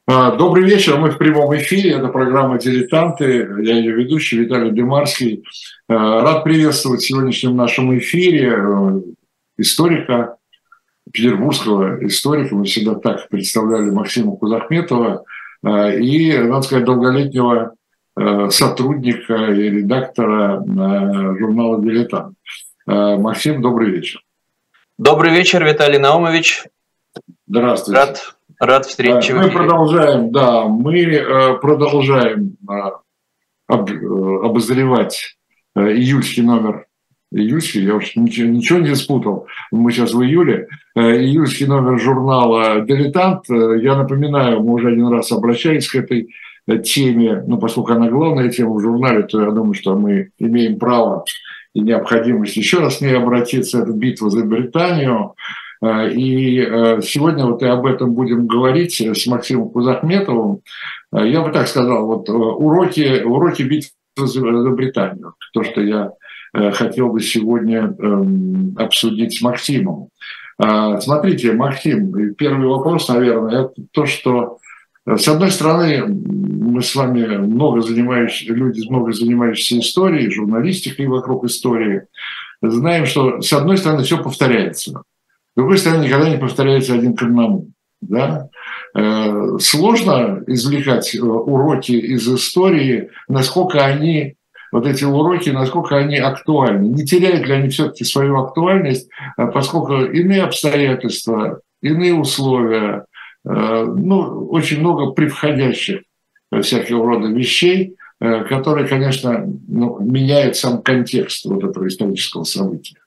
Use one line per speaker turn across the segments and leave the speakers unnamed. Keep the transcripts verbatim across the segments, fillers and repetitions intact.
А, Добрый вечер, мы в прямом эфире, это программа «Дилетанты», я ее ведущий Виталий Демарский. А, Рад приветствовать в сегодняшнем нашем эфире э, историка, петербургского историка, мы всегда так представляли Максима Кузахметова, а, и, надо сказать, долголетнего э, сотрудника и редактора э, журнала «Дилетант». А, Максим, добрый вечер.
Добрый вечер, Виталий Наумович.
Здравствуйте.
Рад, рад встрече в
Мы
эфире.
продолжаем, да, мы э, продолжаем э, об, э, обозревать э, июльский номер. Июльский, я уж ничего, ничего не спутал, мы сейчас в июле. Э, июльский номер журнала «Дилетант». Э, я напоминаю, мы уже один раз обращались к этой э, теме, ну, поскольку она главная тема в журнале, то я думаю, что мы имеем право и необходимость еще раз к ней обратиться. Это битва за Британию. И сегодня вот и об этом будем говорить с Максимом Кузахметовым. Я бы так сказал, вот уроки, уроки битвы за Британию, то, что я хотел бы сегодня обсудить с Максимом. Смотрите, Максим, первый вопрос, наверное, это то, что, с одной стороны, мы с вами много занимающиеся, люди, много занимающиеся историей, журналистикой вокруг истории, знаем, что, с одной стороны, все повторяется. С другой стороны, никогда не повторяется один к одному. Да? Э, сложно извлекать уроки из истории, насколько они, вот эти уроки, насколько они актуальны. Не теряют ли они все-таки свою актуальность, поскольку иные обстоятельства, иные условия, э, ну, очень много превходящих всякого рода вещей, э, которые, конечно, ну, меняют сам контекст вот этого исторического события.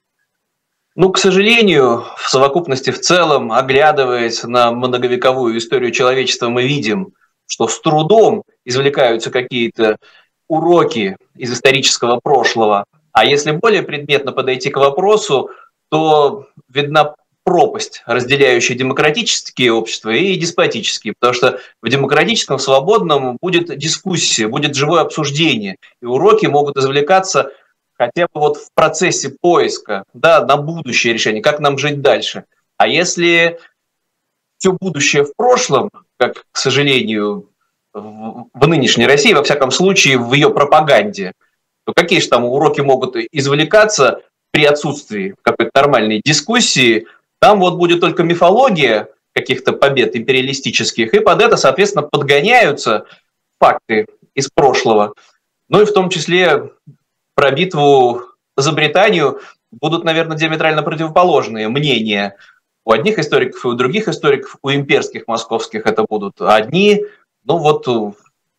Ну, к сожалению, в совокупности в целом, оглядываясь на многовековую историю человечества, мы видим, что с трудом извлекаются какие-то уроки из исторического прошлого. А если более предметно подойти к вопросу, то видна пропасть, разделяющая демократические общества и деспотические, потому что в демократическом, свободном будет дискуссия, будет живое обсуждение, и уроки могут извлекаться хотя бы вот в процессе поиска, да, на будущее решение, как нам жить дальше. А если все будущее в прошлом, как, к сожалению, в, в нынешней России, во всяком случае, в ее пропаганде, то какие же там уроки могут извлекаться при отсутствии какой-то нормальной дискуссии? Там вот будет только мифология каких-то побед империалистических, и под это, соответственно, подгоняются факты из прошлого. Ну и в том числе про битву за Британию будут, наверное, диаметрально противоположные мнения. У одних историков и у других историков, у имперских московских это будут одни. Ну вот у,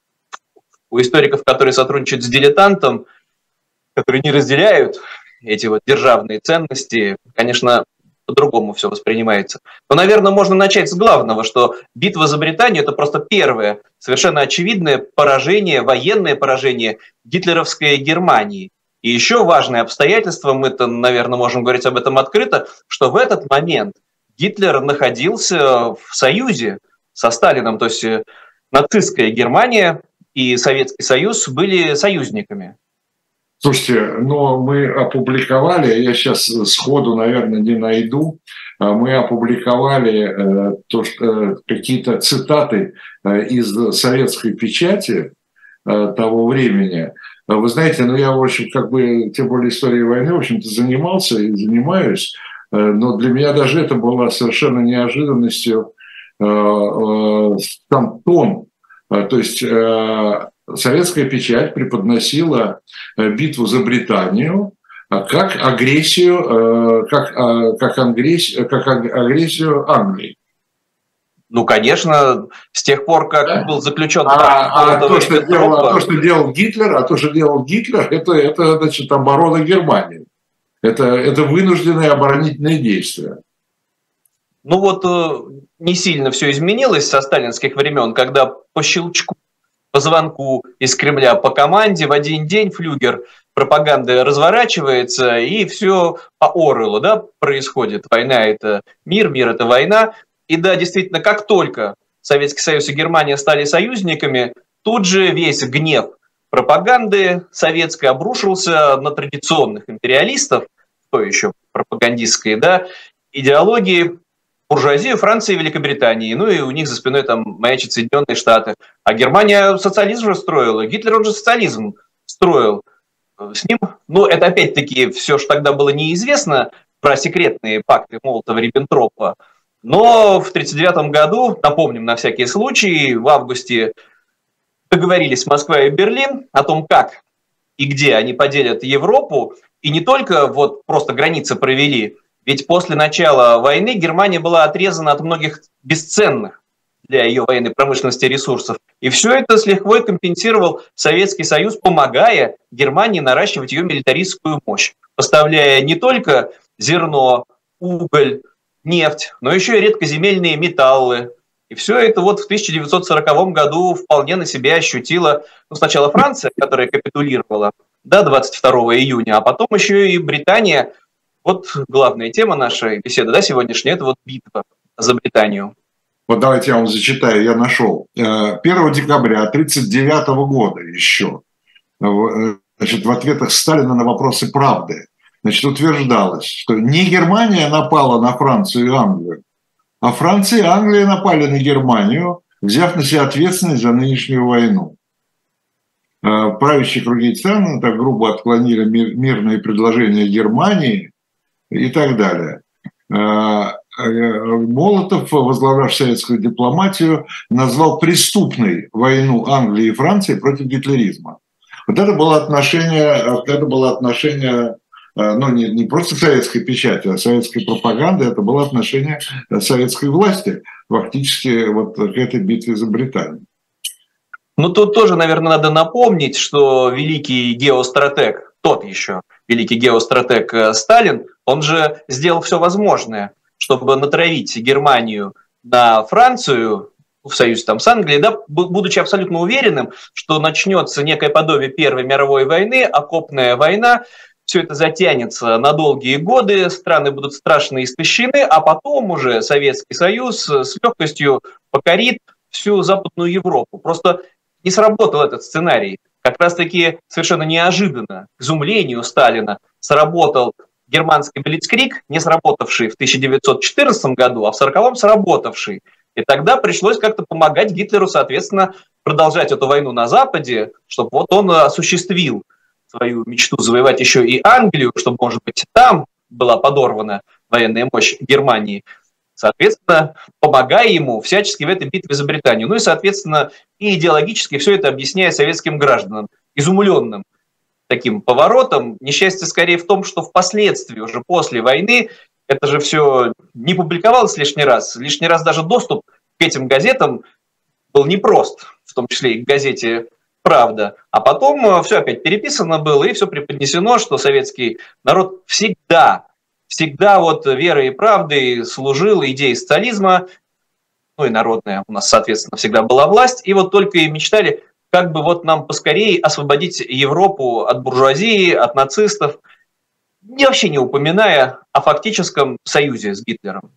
у историков, которые сотрудничают с «Дилетантом», которые не разделяют эти вот державные ценности, конечно, по-другому все воспринимается. Но, наверное, можно начать с главного, что битва за Британию – это просто первое, совершенно очевидное поражение, военное поражение гитлеровской Германии. И еще важное обстоятельство, мы-то, наверное, можем говорить об этом открыто, что в этот момент Гитлер находился в союзе со Сталином, то есть нацистская Германия и Советский Союз были союзниками.
Слушайте, но мы опубликовали, я сейчас сходу, наверное, не найду, мы опубликовали то, что, какие-то цитаты из советской печати того времени. Вы знаете, ну я, в общем, как бы, тем более историей войны, в общем-то, занимался и занимаюсь, но для меня даже это было совершенно неожиданностью, там тон, то есть советская печать преподносила битву за Британию как агрессию, как, как, агрессию, как агрессию Англии.
Ну, конечно, с тех пор, как да. был заключен...
А, а, то, что делал, а то, что делал Гитлер, а то, что делал Гитлер, это, это значит, оборона Германии. Это, это вынужденные оборонительные действия.
Ну вот не сильно все изменилось со сталинских времен, когда по щелчку, по звонку из Кремля, по команде в один день флюгер пропаганды разворачивается, и все по Оруэллу, да, происходит. Война – это мир, мир – это война. И да, действительно, как только Советский Союз и Германия стали союзниками, тут же весь гнев пропаганды советской обрушился на традиционных империалистов, то еще пропагандистской, да, идеологии, буржуазию Франции и Великобритании, ну и у них за спиной там маячат Соединенные Штаты. А Германия социализм же строила, Гитлер, он же социализм строил. С ним, ну это опять-таки все, что тогда было неизвестно про секретные пакты Молотова-Риббентропа, но в тысяча девятьсот тридцать девятом году, напомним на всякий случай, в августе договорились Москва и Берлин о том, как и где они поделят Европу, и не только вот просто границы провели, ведь после начала войны Германия была отрезана от многих бесценных для ее военной промышленности ресурсов. И все это с лихвой компенсировал Советский Союз, помогая Германии наращивать ее милитаристскую мощь, поставляя не только зерно, уголь, нефть, но еще и редкоземельные металлы. И все это вот в тысяча девятьсот сороковом году вполне на себя ощутила, ну, сначала Франция, которая капитулировала, да, двадцать второго июня, а потом еще и Британия. Вот главная тема нашей беседы, да, сегодняшняя, это вот битва за Британию.
Вот давайте я вам зачитаю, я нашел. первого декабря тысяча девятьсот тридцать девятого года еще, значит, в ответах Сталина на вопросы «Правды», значит, утверждалось, что не Германия напала на Францию и Англию, а Франция и Англия напали на Германию, взяв на себя ответственность за нынешнюю войну. Правящие круги стран так грубо отклонили мирные предложения Германии и так далее. Молотов, возглавлявший советскую дипломатию, назвал преступной войну Англии и Франции против гитлеризма. Вот это было отношение, вот это было отношение, ну, не, не просто советской печати, а советской пропаганды, это было отношение советской власти фактически вот к этой битве за Британию.
Ну, тут тоже, наверное, надо напомнить, что великий геостратег, тот еще великий геостратег Сталин, он же сделал все возможное, чтобы натравить Германию на Францию, в союзе там с Англией, да, будучи абсолютно уверенным, что начнется некое подобие Первой мировой войны, окопная война, все это затянется на долгие годы, страны будут страшно истощены, а потом уже Советский Союз с легкостью покорит всю Западную Европу. Просто не сработал этот сценарий. Как раз-таки совершенно неожиданно, к изумлению Сталина, сработал германский блицкриг, не сработавший в тысяча девятьсот четырнадцатом году, а в сороковом сработавший. И тогда пришлось как-то помогать Гитлеру, соответственно, продолжать эту войну на Западе, чтобы вот он осуществил свою мечту завоевать еще и Англию, чтобы, может быть, там была подорвана военная мощь Германии. Соответственно, помогая ему всячески в этой битве за Британию. Ну и, соответственно, и идеологически все это объясняя советским гражданам, изумленным таким поворотом. Несчастье скорее в том, что впоследствии, уже после войны, это же все не публиковалось лишний раз. Лишний раз даже доступ к этим газетам был непрост, в том числе и к газете «Правда». А потом все опять переписано было, и все преподнесено, что советский народ всегда, всегда вот верой и правдой служил идее социализма, ну и народная у нас, соответственно, всегда была власть, и вот только и мечтали, как бы вот нам поскорее освободить Европу от буржуазии, от нацистов, не вообще не упоминая о фактическом союзе с Гитлером.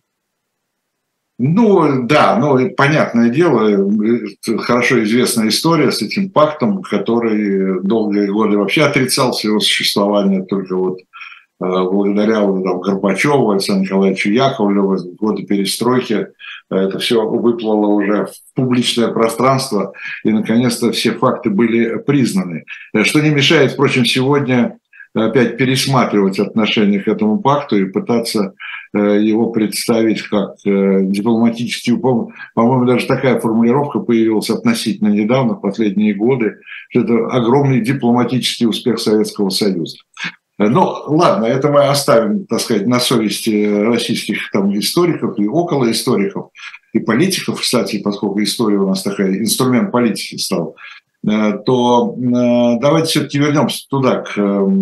Ну, да, ну, понятное дело, хорошо известная история с этим пактом, который долгие годы вообще отрицался его существование, только вот благодаря там, Горбачеву, Александру Николаевичу Яковлеву, в годы перестройки это все выплыло уже в публичное пространство, и наконец-то все факты были признаны. Что не мешает, впрочем, сегодня опять пересматривать отношение к этому пакту и пытаться его представить как дипломатический, по-моему, даже такая формулировка появилась относительно недавно, в последние годы, что это огромный дипломатический успех Советского Союза. Ну, ладно, это мы оставим, так сказать, на совести российских там историков и околоисториков, и политиков, кстати, поскольку история у нас такая, инструмент политики стал, то давайте все-таки вернемся туда, к,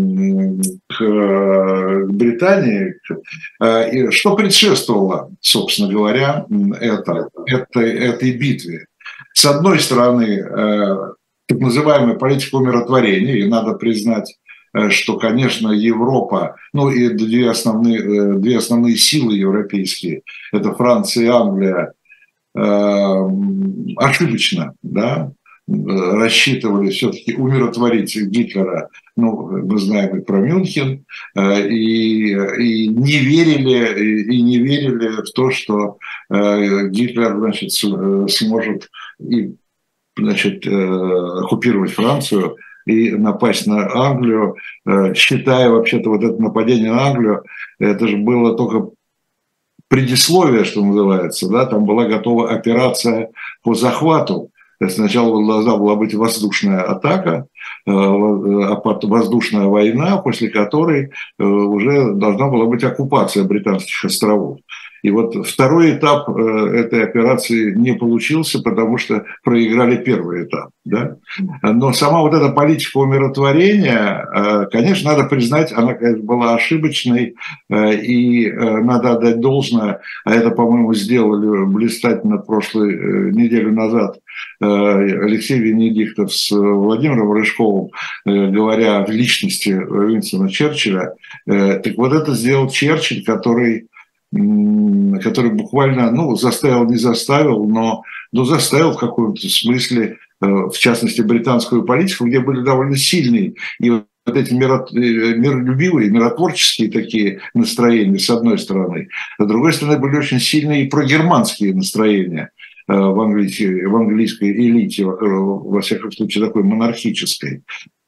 к Британии. Что предшествовало, собственно говоря, это, этой, этой битве? С одной стороны, так называемая политика умиротворения, и надо признать, что, конечно, Европа, ну и две основные, две основные силы европейские, это Франция и Англия, э, ошибочно, да, рассчитывали все-таки умиротворить Гитлера, ну, мы знаем и про Мюнхен, и, и не верили, и не верили в то, что Гитлер, значит, сможет и, значит, оккупировать Францию и напасть на Англию, считая вообще-то вот это нападение на Англию, это же было только предисловие, что называется, да, там была готова операция по захвату. Сначала должна была быть воздушная атака, воздушная война, после которой уже должна была быть оккупация британских островов. И вот второй этап этой операции не получился, потому что проиграли первый этап. Да? Но сама вот эта политика умиротворения, конечно, надо признать, она, конечно, была ошибочной, и надо отдать должное, а это, по-моему, сделали блистательно прошлую неделю назад Алексей Венедиктов с Владимиром Рыжковым, говоря о личности Уинстона Черчилля. Так вот это сделал Черчилль, который... который буквально, ну, заставил, не заставил, но, но заставил в каком-то смысле, в частности, британскую политику, где были довольно сильные и вот эти миролюбивые, миротворческие такие настроения, с одной стороны. С другой стороны, были очень сильные и прогерманские настроения в английской, в английской элите, во всяком случае, такой монархической.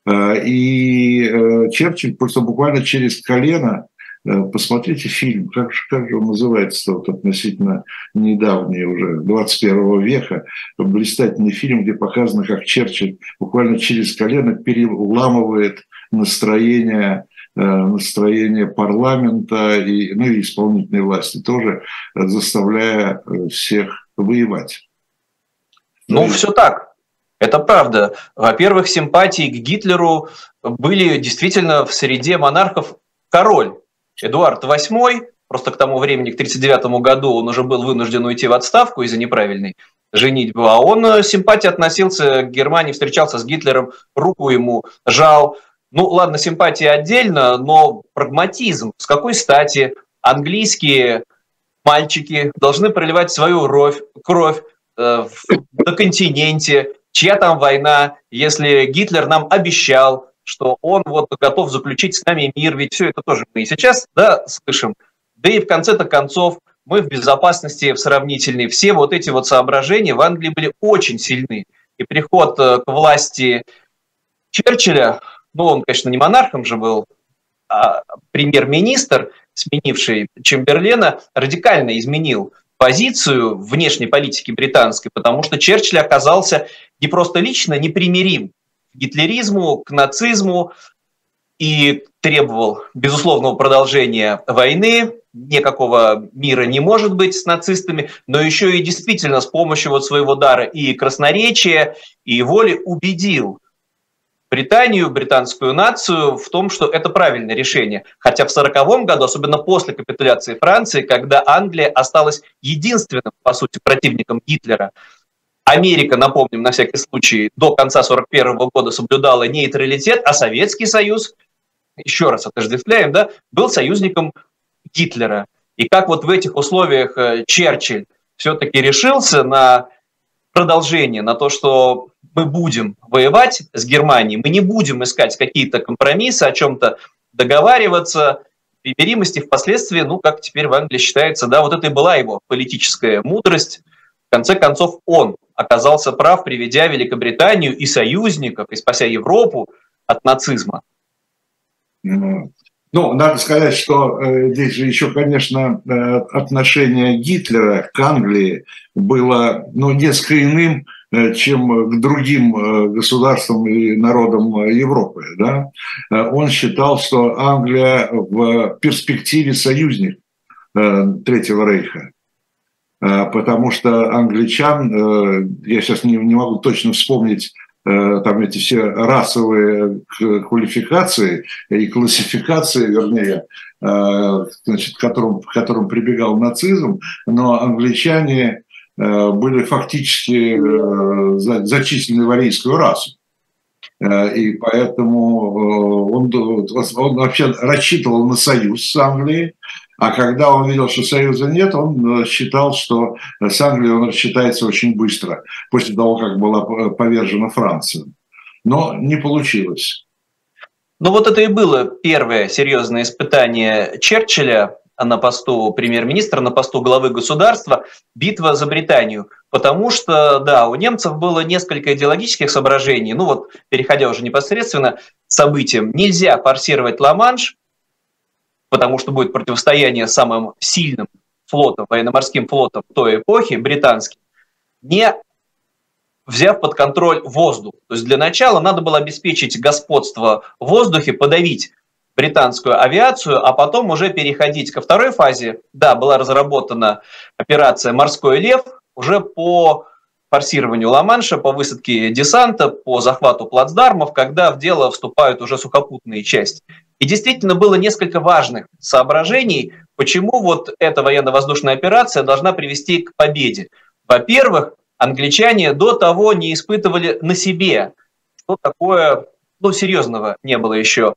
И Черчилль просто буквально через колено. Посмотрите фильм, как же, как же он называется, вот относительно недавний уже, двадцать первого века, блистательный фильм, где показано, как Черчилль буквально через колено переламывает настроение, настроение парламента и, ну, и исполнительной власти тоже, заставляя всех воевать.
Ну, все так. Это правда. Во-первых, симпатии к Гитлеру были действительно в среде монархов король. Эдуард восьмой, просто к тому времени, к тридцать девятому году, он уже был вынужден уйти в отставку из-за неправильной женитьбы, а он с симпатией относился к Германии, встречался с Гитлером, руку ему жал. Ну, ладно, симпатия отдельно, но прагматизм. С какой стати английские мальчики должны проливать свою кровь, кровь э, на континенте, чья там война, если Гитлер нам обещал, что он вот готов заключить с нами мир, ведь все это тоже мы и сейчас, да, слышим. Да и в конце-то концов мы в безопасности в сравнительной. Все вот эти вот соображения в Англии были очень сильны. И приход к власти Черчилля, ну он, конечно, не монархом же был, а премьер-министр, сменивший Чемберлена, радикально изменил позицию внешней политики британской, потому что Черчилль оказался не просто лично непримирим к гитлеризму, к нацизму и требовал безусловного продолжения войны. Никакого мира не может быть с нацистами, но еще и действительно с помощью вот своего дара и красноречия, и воли убедил Британию, британскую нацию в том, что это правильное решение. Хотя в сороковом году, особенно после капитуляции Франции, когда Англия осталась единственным, по сути, противником Гитлера, Америка, напомним, на всякий случай, до конца сорок первого года соблюдала нейтралитет, а Советский Союз, еще раз отождествляем, да, был союзником Гитлера. И как вот в этих условиях Черчилль все-таки решился на продолжение, на то, что мы будем воевать с Германией, мы не будем искать какие-то компромиссы, о чем-то договариваться, примиримости впоследствии, ну, как теперь в Англии считается, да, вот это и была его политическая мудрость. В конце концов, он оказался прав, приведя Великобританию и союзников, и спася Европу от нацизма.
Ну, надо сказать, что э, здесь же еще, конечно, э, отношение Гитлера к Англии было, ну, несколько иным, э, чем к другим э, государствам и народам Европы. Да? Э, он считал, что Англия в перспективе союзник э, Третьего Рейха. Потому что англичан, я сейчас не, не могу точно вспомнить там эти все расовые квалификации и классификации, вернее, значит, к которым, к которым прибегал нацизм, но англичане были фактически зачислены в арийскую расу. И поэтому он, он вообще рассчитывал на союз с Англией, А когда он видел, что союза нет, он считал, что с Англией он рассчитается очень быстро, после того, как была повержена Франция. Но не получилось.
Ну вот это и было первое серьезное испытание Черчилля на посту премьер-министра, на посту главы государства, битва за Британию. Потому что, да, у немцев было несколько идеологических соображений. Ну вот, переходя уже непосредственно к событиям, нельзя форсировать Ла-Манш, потому что будет противостояние с самым сильным флотом, военно-морским флотом той эпохи, британским, не взяв под контроль воздух. То есть для начала надо было обеспечить господство в воздухе, подавить британскую авиацию, а потом уже переходить ко второй фазе. Да, была разработана операция «Морской лев» уже по форсированию Ла-Манша, по высадке десанта, по захвату плацдармов, когда в дело вступают уже сухопутные части. И действительно было несколько важных соображений, почему вот эта военно-воздушная операция должна привести к победе. Во-первых, англичане до того не испытывали на себе, что такое, ну, серьезного не было еще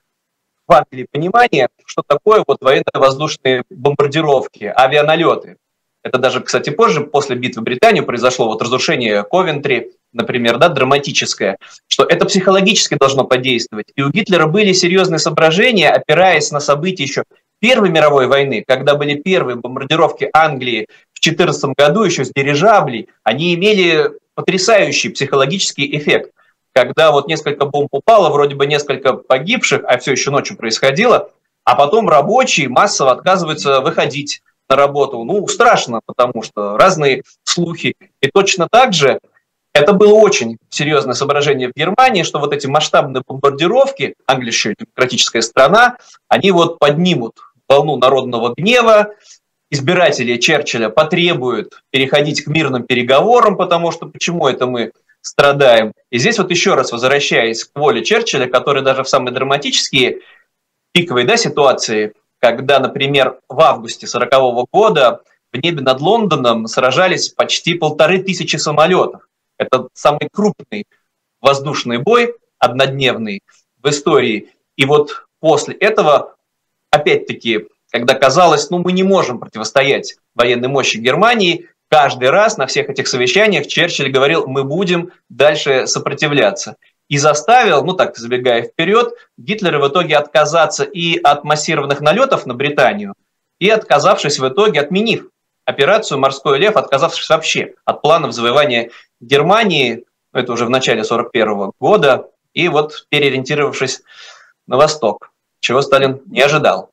в Англии понимания, что такое вот военно-воздушные бомбардировки, авианалеты. Это даже, кстати, позже, после битвы Британию, произошло вот разрушение Ковентри, например, да, драматическое, что это психологически должно подействовать. И у Гитлера были серьезные соображения, опираясь на события еще Первой мировой войны, когда были первые бомбардировки Англии в две тысячи четырнадцатом году еще с дирижаблей, они имели потрясающий психологический эффект. Когда вот несколько бомб упало, вроде бы несколько погибших, а все еще ночью происходило, а потом рабочие массово отказываются выходить на работу. Ну, страшно, потому что разные слухи. И точно так же это было очень серьезное соображение в Германии, что вот эти масштабные бомбардировки, Англия еще демократическая страна, они вот поднимут волну народного гнева, избиратели Черчилля потребуют переходить к мирным переговорам, потому что почему это мы страдаем. И здесь вот еще раз возвращаясь к воле Черчилля, который даже в самые драматические пиковые, да, ситуации, когда, например, в августе сорокового года в небе над Лондоном сражались почти полторы тысячи самолетов. Это самый крупный воздушный бой, однодневный в истории. И вот после этого, опять-таки, когда казалось, ну мы не можем противостоять военной мощи Германии, каждый раз на всех этих совещаниях Черчилль говорил, мы будем дальше сопротивляться. И заставил, ну так, забегая вперед, Гитлера в итоге отказаться и от массированных налетов на Британию, и отказавшись в итоге, отменив операцию «Морской лев», отказавшись вообще от планов завоевания Германии, это уже в начале сорок первого года, и вот переориентировавшись на восток, чего Сталин не ожидал.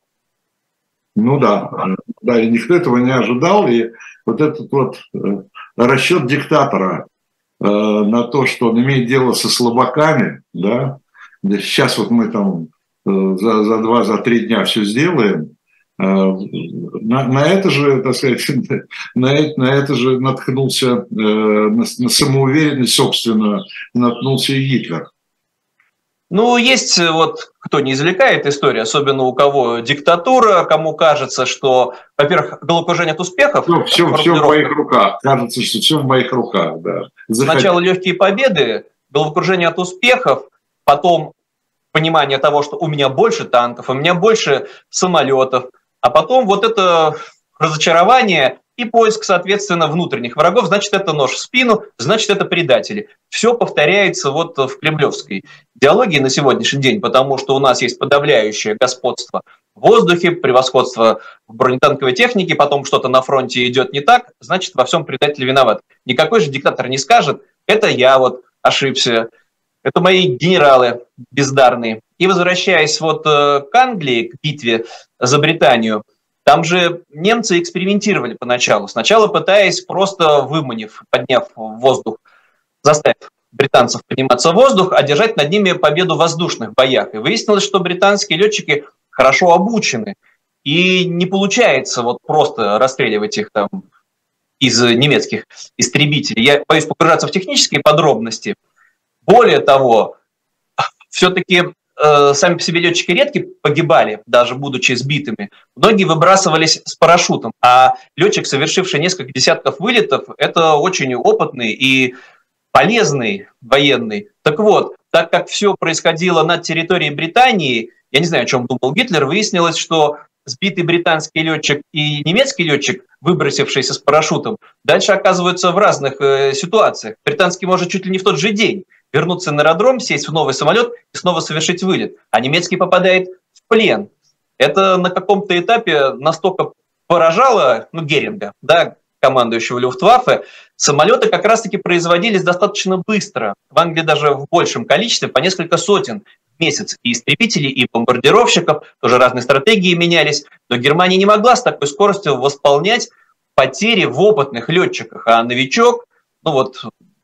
Ну да, да, и никто этого не ожидал, и вот этот вот расчет диктатора э, на то, что он имеет дело со слабаками, да, сейчас вот мы там э, за, за два, за три дня все сделаем, э, на, на это же, так сказать, на, на это же наткнулся, э, на, на самоуверенность, собственно, наткнулся и Гитлер.
Ну, есть вот, кто не извлекает историю, особенно у кого диктатура, кому кажется, что, во-первых, головокружение от успехов.
Все, все, все в моих руках. Кажется, что все в моих руках, да.
Заходи. Сначала легкие победы, головокружение от успехов, потом понимание того, что у меня больше танков, у меня больше самолетов, а потом вот это разочарование и поиск, соответственно, внутренних врагов, значит, это нож в спину, значит, это предатели. Все повторяется вот в кремлевской идеологии на сегодняшний день, потому что у нас есть подавляющее господство в воздухе, превосходство в бронетанковой технике, потом что-то на фронте идет не так, значит, во всем предатель виноват. Никакой же диктатор не скажет, это я вот ошибся, это мои генералы бездарные. И возвращаясь вот к Англии, к битве за Британию, там же немцы экспериментировали поначалу, сначала пытаясь просто выманив, подняв в воздух, заставив британцев подниматься в воздух, одержать над ними победу в воздушных боях. И выяснилось, что британские летчики хорошо обучены, и не получается вот просто расстреливать их там из немецких истребителей. Я боюсь погружаться в технические подробности. Более того, все-таки сами по себе летчики редко погибали, даже будучи сбитыми. Многие выбрасывались с парашютом, а летчик, совершивший несколько десятков вылетов, это очень опытный и полезный военный. Так вот, так как все происходило на территории Британии, я не знаю, о чем думал Гитлер, выяснилось, что сбитый британский летчик и немецкий летчик, выбросившийся с парашютом, дальше оказываются в разных э, ситуациях. Британский может чуть ли не в тот же день вернуться на аэродром, сесть в новый самолет и снова совершить вылет, а немецкий попадает в плен. Это на каком-то этапе настолько поражало, ну, Геринга, да, командующего Люфтваффе, самолеты как раз-таки производились достаточно быстро. В Англии даже в большем количестве, по несколько сотен в месяц. И истребителей, и бомбардировщиков, тоже разные стратегии менялись. Но Германия не могла с такой скоростью восполнять потери в опытных летчиках. А новичок, ну вот,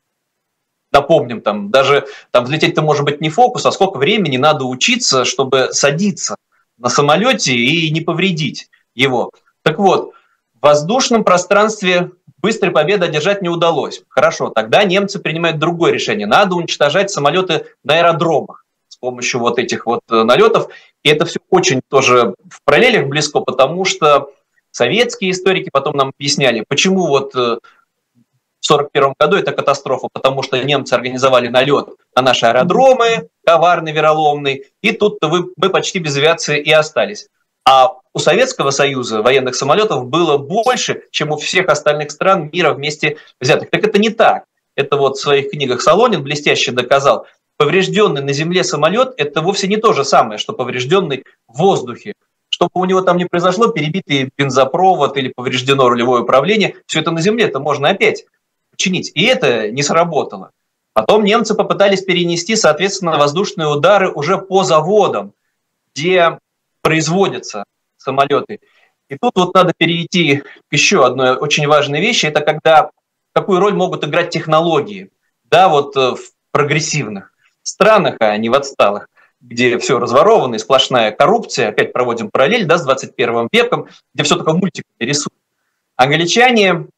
напомним, там даже там взлететь-то может быть не фокус, а сколько времени надо учиться, чтобы садиться на самолете и не повредить его. Так вот, в воздушном пространстве быстрой победы одержать не удалось. Хорошо, тогда немцы принимают другое решение. Надо уничтожать самолеты на аэродромах с помощью вот этих вот налетов. И это все очень тоже в параллелях близко, потому что советские историки потом нам объясняли, почему вот в сорок первом году это катастрофа, потому что немцы организовали налет на наши аэродромы, коварный, вероломный, и тут-то мы почти без авиации и остались. А у Советского Союза военных самолетов было больше, чем у всех остальных стран мира вместе взятых. Так это не так. Это вот в своих книгах Солонин блестяще доказал. Поврежденный на земле самолет – это вовсе не то же самое, что поврежденный в воздухе. Чтобы у него там не произошло перебитый бензопровод или повреждено рулевое управление, все это на земле это можно опять починить. И это не сработало. Потом немцы попытались перенести, соответственно, воздушные удары уже по заводам, где производятся самолеты. И тут вот надо перейти к еще одной очень важной вещи, это когда какую роль могут играть технологии, да, вот в прогрессивных странах, а не в отсталых, где все разворовано и сплошная коррупция, опять проводим параллель, да, с двадцать первым веком, где все только мультиками рисуют. Англичане,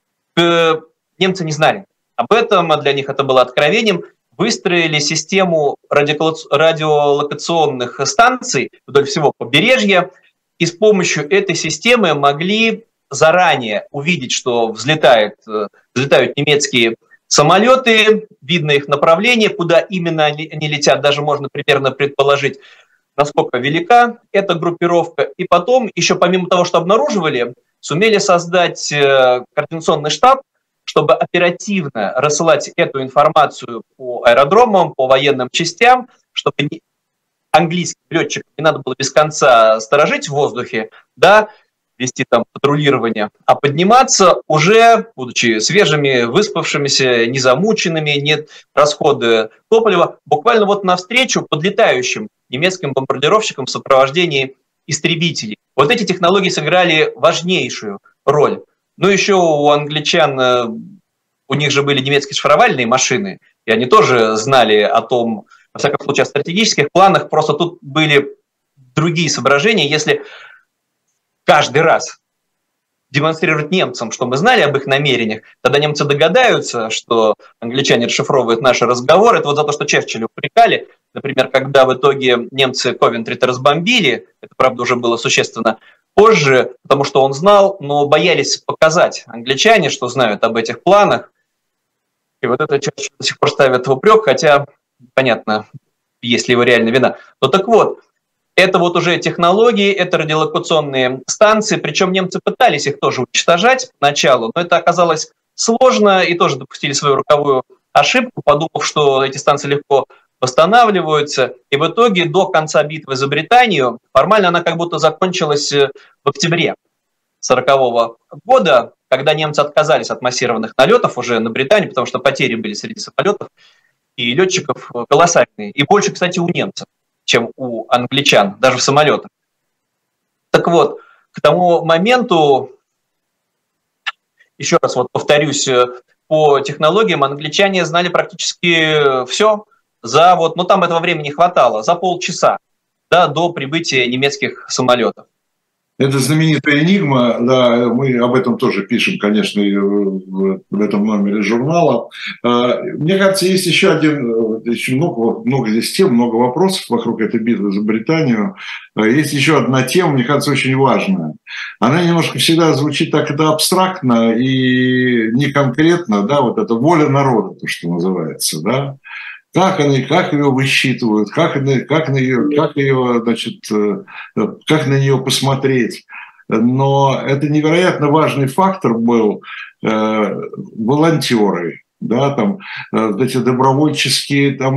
э, немцы не знали об этом, а для них это было откровением, выстроили систему радиолокационных станций вдоль всего побережья, и с помощью этой системы могли заранее увидеть, что взлетает, взлетают немецкие самолеты, видно их направление, куда именно они летят, даже можно примерно предположить, насколько велика эта группировка. И потом, еще помимо того, что обнаруживали, сумели создать координационный штаб, чтобы оперативно рассылать эту информацию по аэродромам, по военным частям, чтобы английским летчикам не надо было без конца сторожить в воздухе, да, вести там патрулирование, а подниматься уже, будучи свежими, выспавшимися, незамученными, нет расхода топлива, буквально вот навстречу подлетающим немецким бомбардировщикам в сопровождении истребителей. Вот эти технологии сыграли важнейшую роль. Ну, еще у англичан, у них же были немецкие шифровальные машины, и они тоже знали о том, во всяком случае, о стратегических планах, просто тут были другие соображения. Если каждый раз демонстрировать немцам, что мы знали об их намерениях, тогда немцы догадаются, что англичане расшифровывают наши разговоры. Это вот за то, что Черчилля упрекали. Например, когда в итоге немцы Ковентри-то разбомбили, это, правда, уже было существенно позже, потому что он знал, но боялись показать англичане, что знают об этих планах. И вот это Черчилль до сих пор ставит в упрек, хотя, понятно, есть ли его реальная вина. Но так вот, это вот уже технологии, это радиолокационные станции, причем немцы пытались их тоже уничтожать поначалу, но это оказалось сложно, и тоже допустили свою роковую ошибку, подумав, что эти станции легко восстанавливаются, и в итоге до конца битвы за Британию формально она как будто закончилась в октябре сорокового года, когда немцы отказались от массированных налетов уже на Британию, потому что потери были среди самолетов и летчиков колоссальные, и больше, кстати, у немцев, чем у англичан, даже в самолетах. Так вот, к тому моменту, еще раз вот повторюсь, по технологиям англичане знали практически все. За вот, ну там этого времени хватало, за полчаса, да, до прибытия немецких самолетов.
Это знаменитая «Энигма», да, мы об этом тоже пишем, конечно, в этом номере журнала. Мне кажется, есть еще один, еще много, много здесь тем, много вопросов вокруг этой битвы за Британию. Есть еще одна тема, мне кажется, очень важная. Она немножко всегда звучит так это абстрактно и не конкретно, да, вот это воля народа, то, что называется, да. как, они, как ее высчитывают, как, как, на ее, как, ее, значит, как на нее посмотреть. Но это невероятно важный фактор был, э, волонтеры, да, там, э, эти добровольческие, там,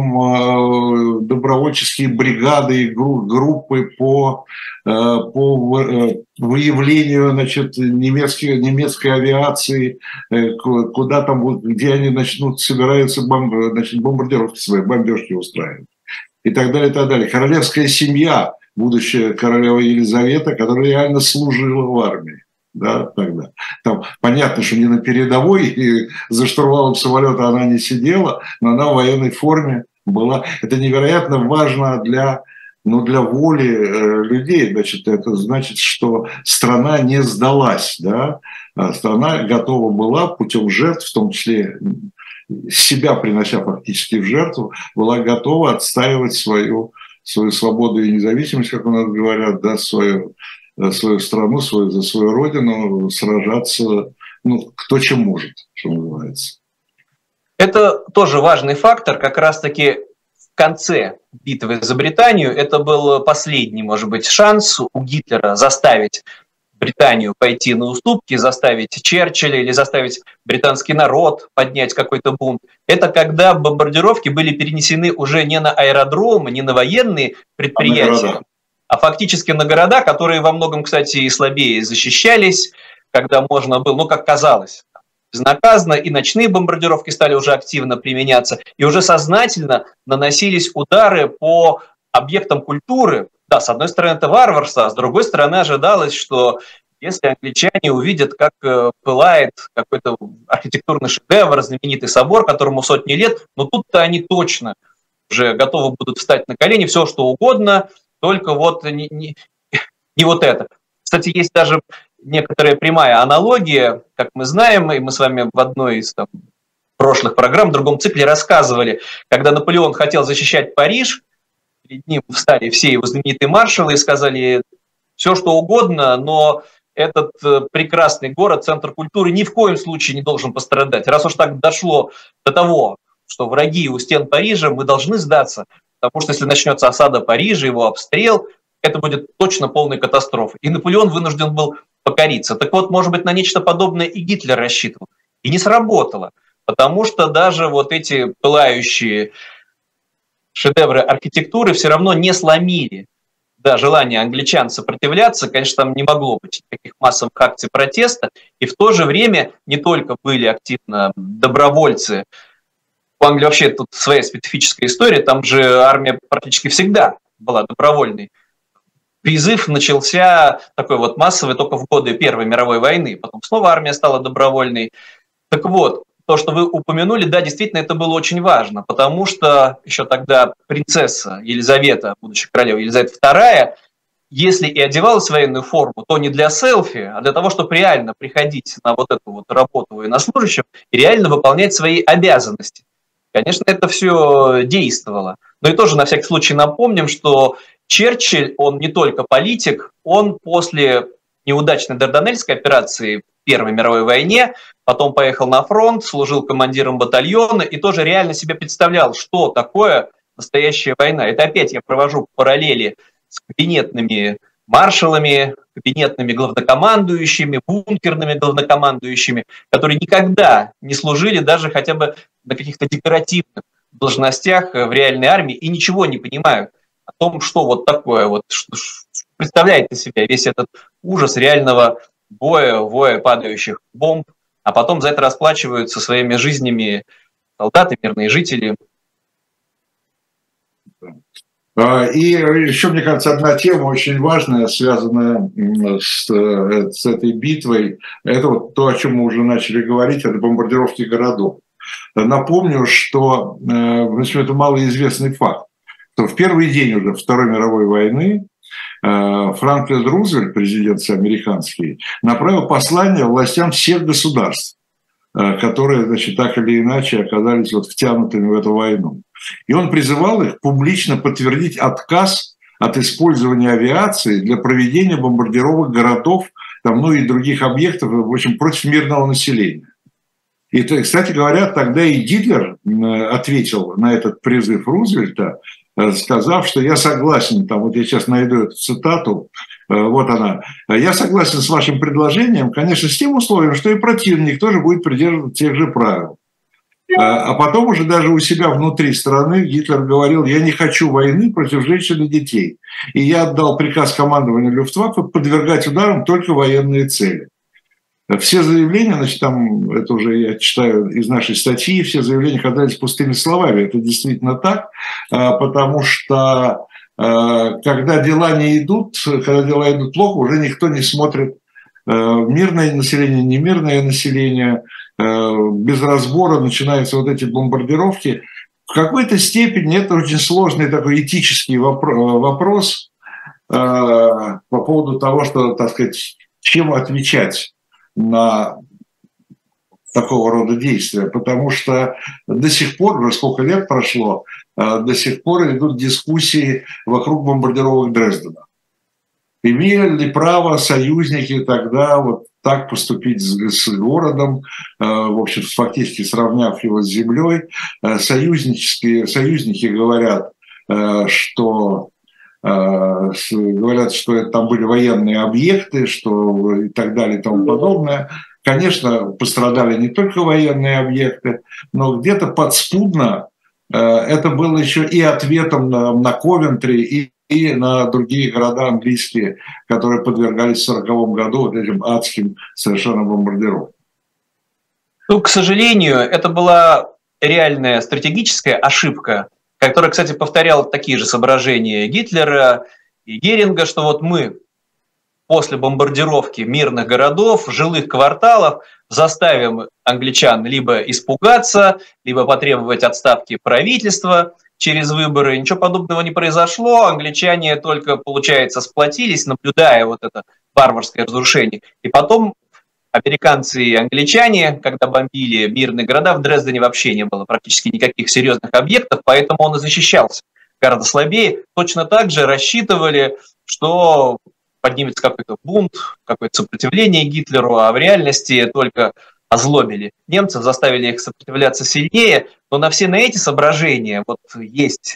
э, добровольческие бригады и группы по, э, по э, выявлению, значит, немецкой, немецкой авиации, э, куда там, где они начнут, собираются бомб, значит, бомбардировки свои, бомбежки устраивать. И так далее, и так далее. Королевская семья, будущая королева Елизавета, которая реально служила в армии, да, тогда. Там понятно, что не на передовой, и за штурвалом самолета она не сидела, но она в военной форме была. Это невероятно важно для, ну, для воли э, людей. Значит, это значит, что страна не сдалась, да, а страна готова была путем жертв, в том числе себя принося фактически в жертву, была готова отстаивать свою свою свободу и независимость, как у нас говорят, да, свою, свою страну, свою, за свою родину, сражаться, ну, кто чем может, что называется.
Это тоже важный фактор, как раз-таки в конце битвы за Британию. Это был последний, может быть, шанс у Гитлера заставить Британию пойти на уступки, заставить Черчилля или заставить британский народ поднять какой-то бунт. Это когда бомбардировки были перенесены уже не на аэродромы, не на военные предприятия, а, а фактически на города, которые во многом, кстати, и слабее защищались, когда можно было, ну, как казалось, безнаказанно, и ночные бомбардировки стали уже активно применяться, и уже сознательно наносились удары по объектам культуры. Да, с одной стороны, это варварство, а с другой стороны, ожидалось, что если англичане увидят, как пылает какой-то архитектурный шедевр, знаменитый собор, которому сотни лет, ну тут-то они точно уже готовы будут встать на колени, все что угодно, только вот не, не, не вот это. Кстати, есть даже некоторая прямая аналогия, как мы знаем, и мы с вами в одной из там, прошлых программ, в другом цикле рассказывали, когда Наполеон хотел защищать Париж, перед ним встали все его знаменитые маршалы и сказали все, что угодно, но этот прекрасный город, центр культуры, ни в коем случае не должен пострадать. Раз уж так дошло до того, что враги у стен Парижа, мы должны сдаться, потому что если начнется осада Парижа, его обстрел, это будет точно полной катастрофой. И Наполеон вынужден был покориться. Так вот, может быть, на нечто подобное и Гитлер рассчитывал. И не сработало, потому что даже вот эти пылающие шедевры архитектуры все равно не сломили. Да, желание англичан сопротивляться, конечно, там не могло быть таких массовых акций протеста. И в то же время не только были активно добровольцы. У Англии вообще тут своя специфическая история. Там же армия практически всегда была добровольной. Призыв начался такой вот массовый только в годы Первой мировой войны. Потом снова армия стала добровольной. Так вот, то, что вы упомянули, да, действительно, это было очень важно, потому что еще тогда принцесса Елизавета, будущая королева Елизавета вторая, если и одевалась в военную форму, то не для селфи, а для того, чтобы реально приходить на вот эту вот работу военнослужащим и реально выполнять свои обязанности. Конечно, это все действовало. Но и тоже на всякий случай напомним, что Черчилль, он не только политик, он после неудачной Дарданельской операции в Первой мировой войне, потом поехал на фронт, служил командиром батальона и тоже реально себе представлял, что такое настоящая война. Это опять я провожу параллели с кабинетными маршалами, кабинетными главнокомандующими, бункерными главнокомандующими, которые никогда не служили даже хотя бы на каких-то декоративных должностях в реальной армии и ничего не понимают о том, что вот такое, вот, что, представляет из себя весь этот ужас реального боя, воя падающих бомб, а потом за это расплачиваются своими жизнями солдаты, мирные жители.
И еще, мне кажется, одна тема очень важная, связанная с, с этой битвой, это вот то, о чем мы уже начали говорить, это бомбардировки городов. Напомню, что, в общем, это малоизвестный факт, что в первый день уже Второй мировой войны Франклин Рузвельт, президент американский, направил послание властям всех государств, которые, значит, так или иначе оказались вот втянутыми в эту войну. И он призывал их публично подтвердить отказ от использования авиации для проведения бомбардировок городов, там, ну и других объектов, в общем, против мирного населения. И, кстати говоря, тогда и Гитлер ответил на этот призыв Рузвельта, сказав, что я согласен, там вот я сейчас найду эту цитату, вот она, я согласен с вашим предложением, конечно, с тем условием, что и противник тоже будет придерживаться тех же правил. А потом уже даже у себя внутри страны Гитлер говорил, я не хочу войны против женщин и детей. И я отдал приказ командованию Люфтваффе подвергать ударам только военные цели. Все заявления, значит, там, это уже я читаю из нашей статьи, все заявления оказались пустыми словами. Это действительно так, потому что когда дела не идут, когда дела идут плохо, уже никто не смотрит. Мирное население, немирное население, без разбора начинаются вот эти бомбардировки. В какой-то степени это очень сложный такой этический вопрос по поводу того, что, так сказать, чем отвечать на такого рода действия, потому что до сих пор, уже сколько лет прошло, до сих пор идут дискуссии вокруг бомбардировок Дрездена. Имели ли право союзники тогда вот так поступить с городом, в общем, фактически сравняв его с землей? Союзнические, союзники говорят, что говорят, что это там были военные объекты, что и так далее и тому подобное. Конечно, пострадали не только военные объекты, но где-то подспудно это было еще и ответом на, на Ковентри, и, и на другие города английские, которые подвергались в сороковом году вот этим адским совершенно бомбардировкам.
Ну, к сожалению, это была реальная стратегическая ошибка, которая, кстати, повторяла такие же соображения Гитлера и Геринга, что вот мы после бомбардировки мирных городов, жилых кварталов заставим англичан либо испугаться, либо потребовать отставки правительства через выборы. Ничего подобного не произошло, англичане только, получается, сплотились, наблюдая вот это варварское разрушение. И потом американцы и англичане, когда бомбили мирные города, в Дрездене вообще не было практически никаких серьезных объектов, поэтому он и защищался гораздо слабее. Точно так же рассчитывали, что поднимется какой-то бунт, какое-то сопротивление Гитлеру, а в реальности только озлобили немцев, заставили их сопротивляться сильнее. Но на все на эти соображения вот есть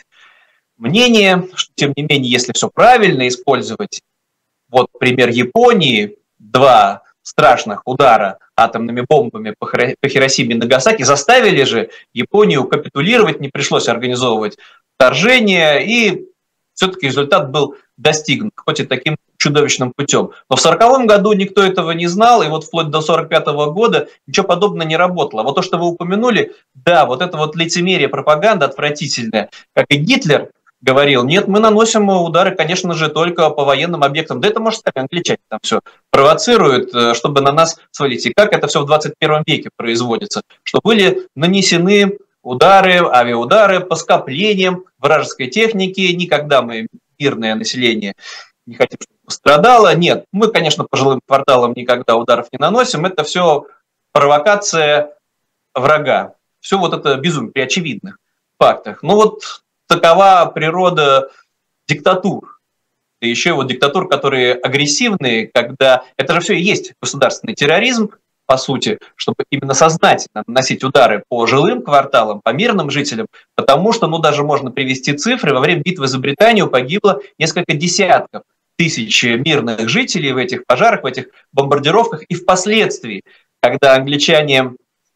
мнение, что, тем не менее, если все правильно использовать, вот пример Японии, два страшных удара атомными бомбами по Хиросиме и Нагасаки заставили же Японию капитулировать, не пришлось организовывать вторжение, и все-таки результат был достигнут, хоть и таким чудовищным путем. Но в сороковом году никто этого не знал, и вот вплоть до сорок пятого года ничего подобного не работало. Вот то, что вы упомянули, да, вот это вот лицемерие, пропаганда отвратительная. Как и Гитлер говорил, нет, мы наносим удары, конечно же, только по военным объектам. Да это, может, сами англичане там все провоцируют, чтобы на нас свалить. И как это все в двадцать первом веке производится? Что были нанесены удары, авиаудары по скоплениям вражеской техники. Никогда мы, мирное население, не хотим, чтобы пострадало. Нет, мы, конечно, по жилым кварталам никогда ударов не наносим. Это все провокация врага. Все вот это безумие при очевидных фактах. Ну вот такова природа диктатур. И еще вот диктатур, которые агрессивные, когда... Это же все и есть государственный терроризм, по сути, чтобы именно сознательно наносить удары по жилым кварталам, по мирным жителям, потому что, ну, даже можно привести цифры, во время битвы за Британию погибло несколько десятков тысяч мирных жителей в этих пожарах, в этих бомбардировках, и впоследствии, когда англичане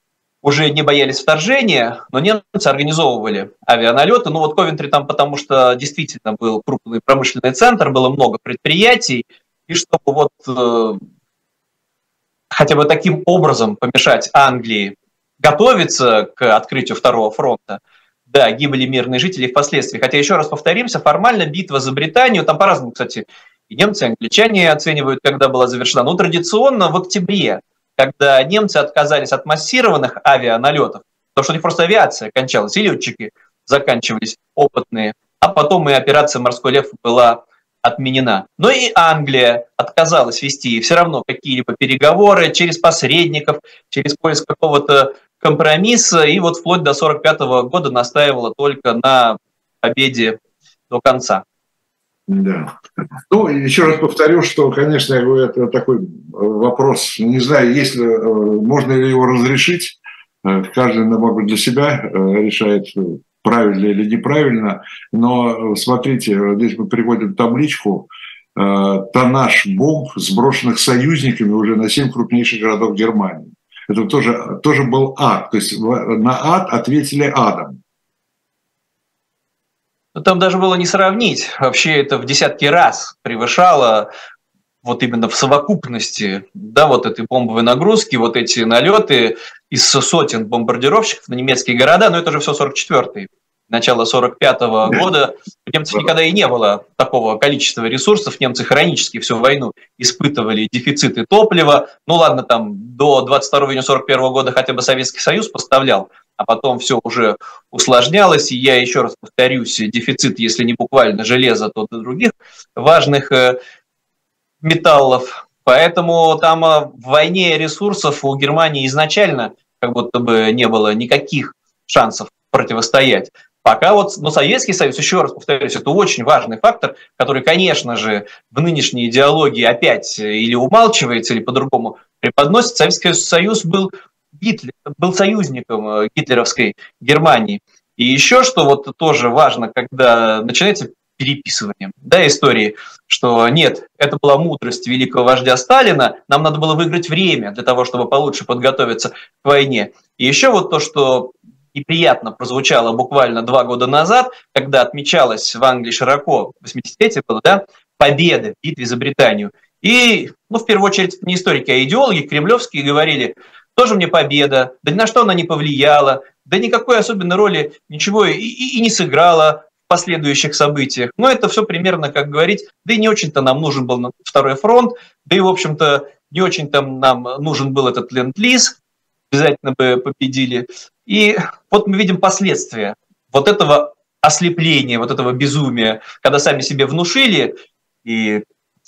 уже не боялись вторжения, но немцы организовывали авианалеты. Ну вот Ковентри там, потому что действительно был крупный промышленный центр, было много предприятий, и чтобы вот э, хотя бы таким образом помешать Англии готовиться к открытию Второго фронта, да, гибли мирные жители впоследствии. Хотя, еще раз повторимся, формально битва за Британию, там по-разному, кстати, и немцы, и англичане оценивают, когда была завершена, но традиционно в октябре, когда немцы отказались от массированных авианалетов, потому что у них просто авиация кончалась, и летчики заканчивались опытные, а потом и операция «Морской лев» была отменена. Но и Англия отказалась вести все равно какие-либо переговоры через посредников, через поиск какого-то компромисса, и вот вплоть до сорок пятого года настаивала только на победе до конца.
Да. Ну, еще раз повторю, что, конечно, я говорю, это такой вопрос, не знаю, если можно ли его разрешить, Каждый, может, для себя решает, правильно или неправильно. Но смотрите, здесь мы приводим табличку. Тоннаж бомб, сброшенных союзниками уже на семь крупнейших городов Германии. Это тоже, тоже был ад. То есть на ад ответили адом.
Там даже было не сравнить. Вообще это в десятки раз превышало вот именно в совокупности, да, вот этой бомбовой нагрузки, вот эти налеты из сотен бомбардировщиков на немецкие города, но это же все сорок четвёртый. Начало сорок пятого года у немцев никогда и не было такого количества ресурсов. Немцы хронически всю войну испытывали дефициты топлива. Ну ладно, там до двадцать второго июня сорок первого года хотя бы Советский Союз поставлял, а потом все уже усложнялось. И я еще раз повторюсь, дефицит, если не буквально железа, то до других важных металлов. Поэтому там в войне ресурсов у Германии изначально как будто бы не было никаких шансов противостоять. Пока вот, но Советский Союз, еще раз повторюсь, это очень важный фактор, который, конечно же, в нынешней идеологии опять или умалчивается, или по-другому преподносится. Советский Союз был, Гитлер, был союзником гитлеровской Германии. И еще что вот тоже важно, когда начинается переписывание, да, истории, что нет, это была мудрость великого вождя Сталина, нам надо было выиграть время для того, чтобы получше подготовиться к войне. И еще вот то, что неприятно прозвучало буквально два года назад, когда отмечалось в Англии широко, восьмидесятилетие было, да, победа в битве за Британию. И, ну, в первую очередь, не историки, а идеологи кремлевские говорили, тоже мне победа, да ни на что она не повлияла, да никакой особенной роли ничего и, и, и не сыграла в последующих событиях. Но это все примерно, как говорить, да и не очень-то нам нужен был второй фронт, да и, в общем-то, не очень-то нам нужен был этот ленд-лиз, обязательно бы победили. И вот мы видим последствия вот этого ослепления, вот этого безумия, когда сами себе внушили, и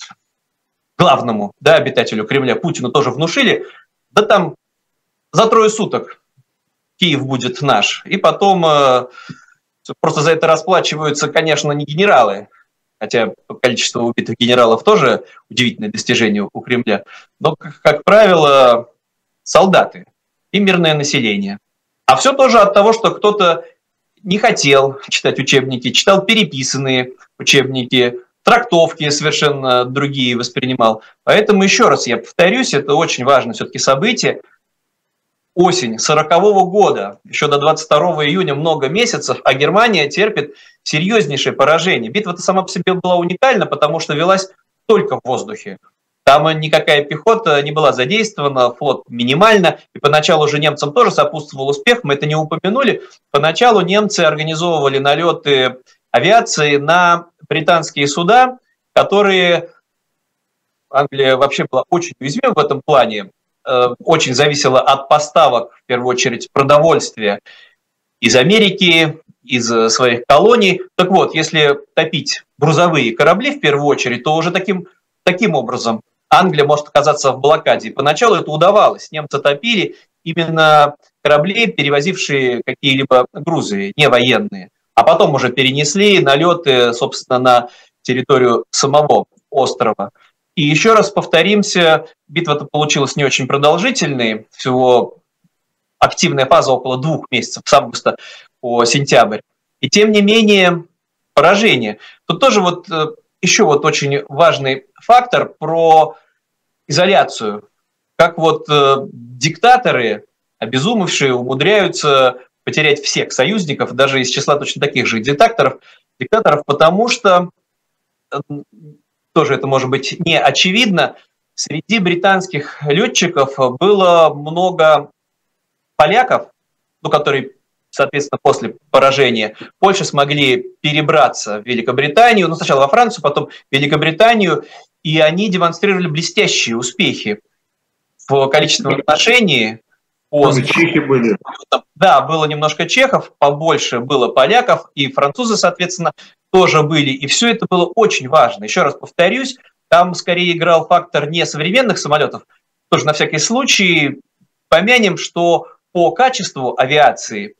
главному, да, обитателю Кремля, Путину тоже внушили, да там за трое суток Киев будет наш. И потом э, просто за это расплачиваются, конечно, не генералы, хотя количество убитых генералов тоже удивительное достижение у Кремля, но, как, как правило, солдаты и мирное население. А все тоже от того, что кто-то не хотел читать учебники, читал переписанные учебники, трактовки совершенно другие воспринимал. Поэтому еще раз я повторюсь, это очень важное все-таки событие. Осень сорокового года, еще до двадцать второго июня много месяцев, а Германия терпит серьезнейшее поражение. Битва-то сама по себе была уникальна, потому что велась только в воздухе. Там никакая пехота не была задействована, флот минимально, и поначалу уже немцам тоже сопутствовал успех, мы это не упомянули. Поначалу немцы организовывали налеты авиации на британские суда, которые... Англия вообще была очень уязвима в этом плане, очень зависела от поставок, в первую очередь, продовольствия из Америки, из своих колоний. Так вот, если топить грузовые корабли, в первую очередь, то уже таким, таким образом Англия может оказаться в блокаде. Поначалу это удавалось. Немцы топили именно корабли, перевозившие какие-либо грузы, не военные. А потом уже перенесли налеты, собственно, на территорию самого острова. И еще раз повторимся, битва-то получилась не очень продолжительной, всего активная фаза около двух месяцев, с августа по сентябрь. И тем не менее поражение. Тут тоже вот еще вот очень важный фактор про изоляцию. Как вот диктаторы, обезумевшие, умудряются потерять всех союзников, даже из числа точно таких же диктаторов, диктаторов, потому что... тоже это может быть не очевидно, среди британских летчиков было много поляков, ну, которые, соответственно, после поражения Польши смогли перебраться в Великобританию, ну, сначала во Францию, потом в Великобританию, и они демонстрировали блестящие успехи в количественном отношении. По...
Чехи были.
Да, было немножко чехов, побольше было поляков, и французы, соответственно, тоже были. И все это было очень важно. Еще раз повторюсь, там скорее играл фактор не современных самолетов. Тоже на всякий случай помянем, что по качеству авиации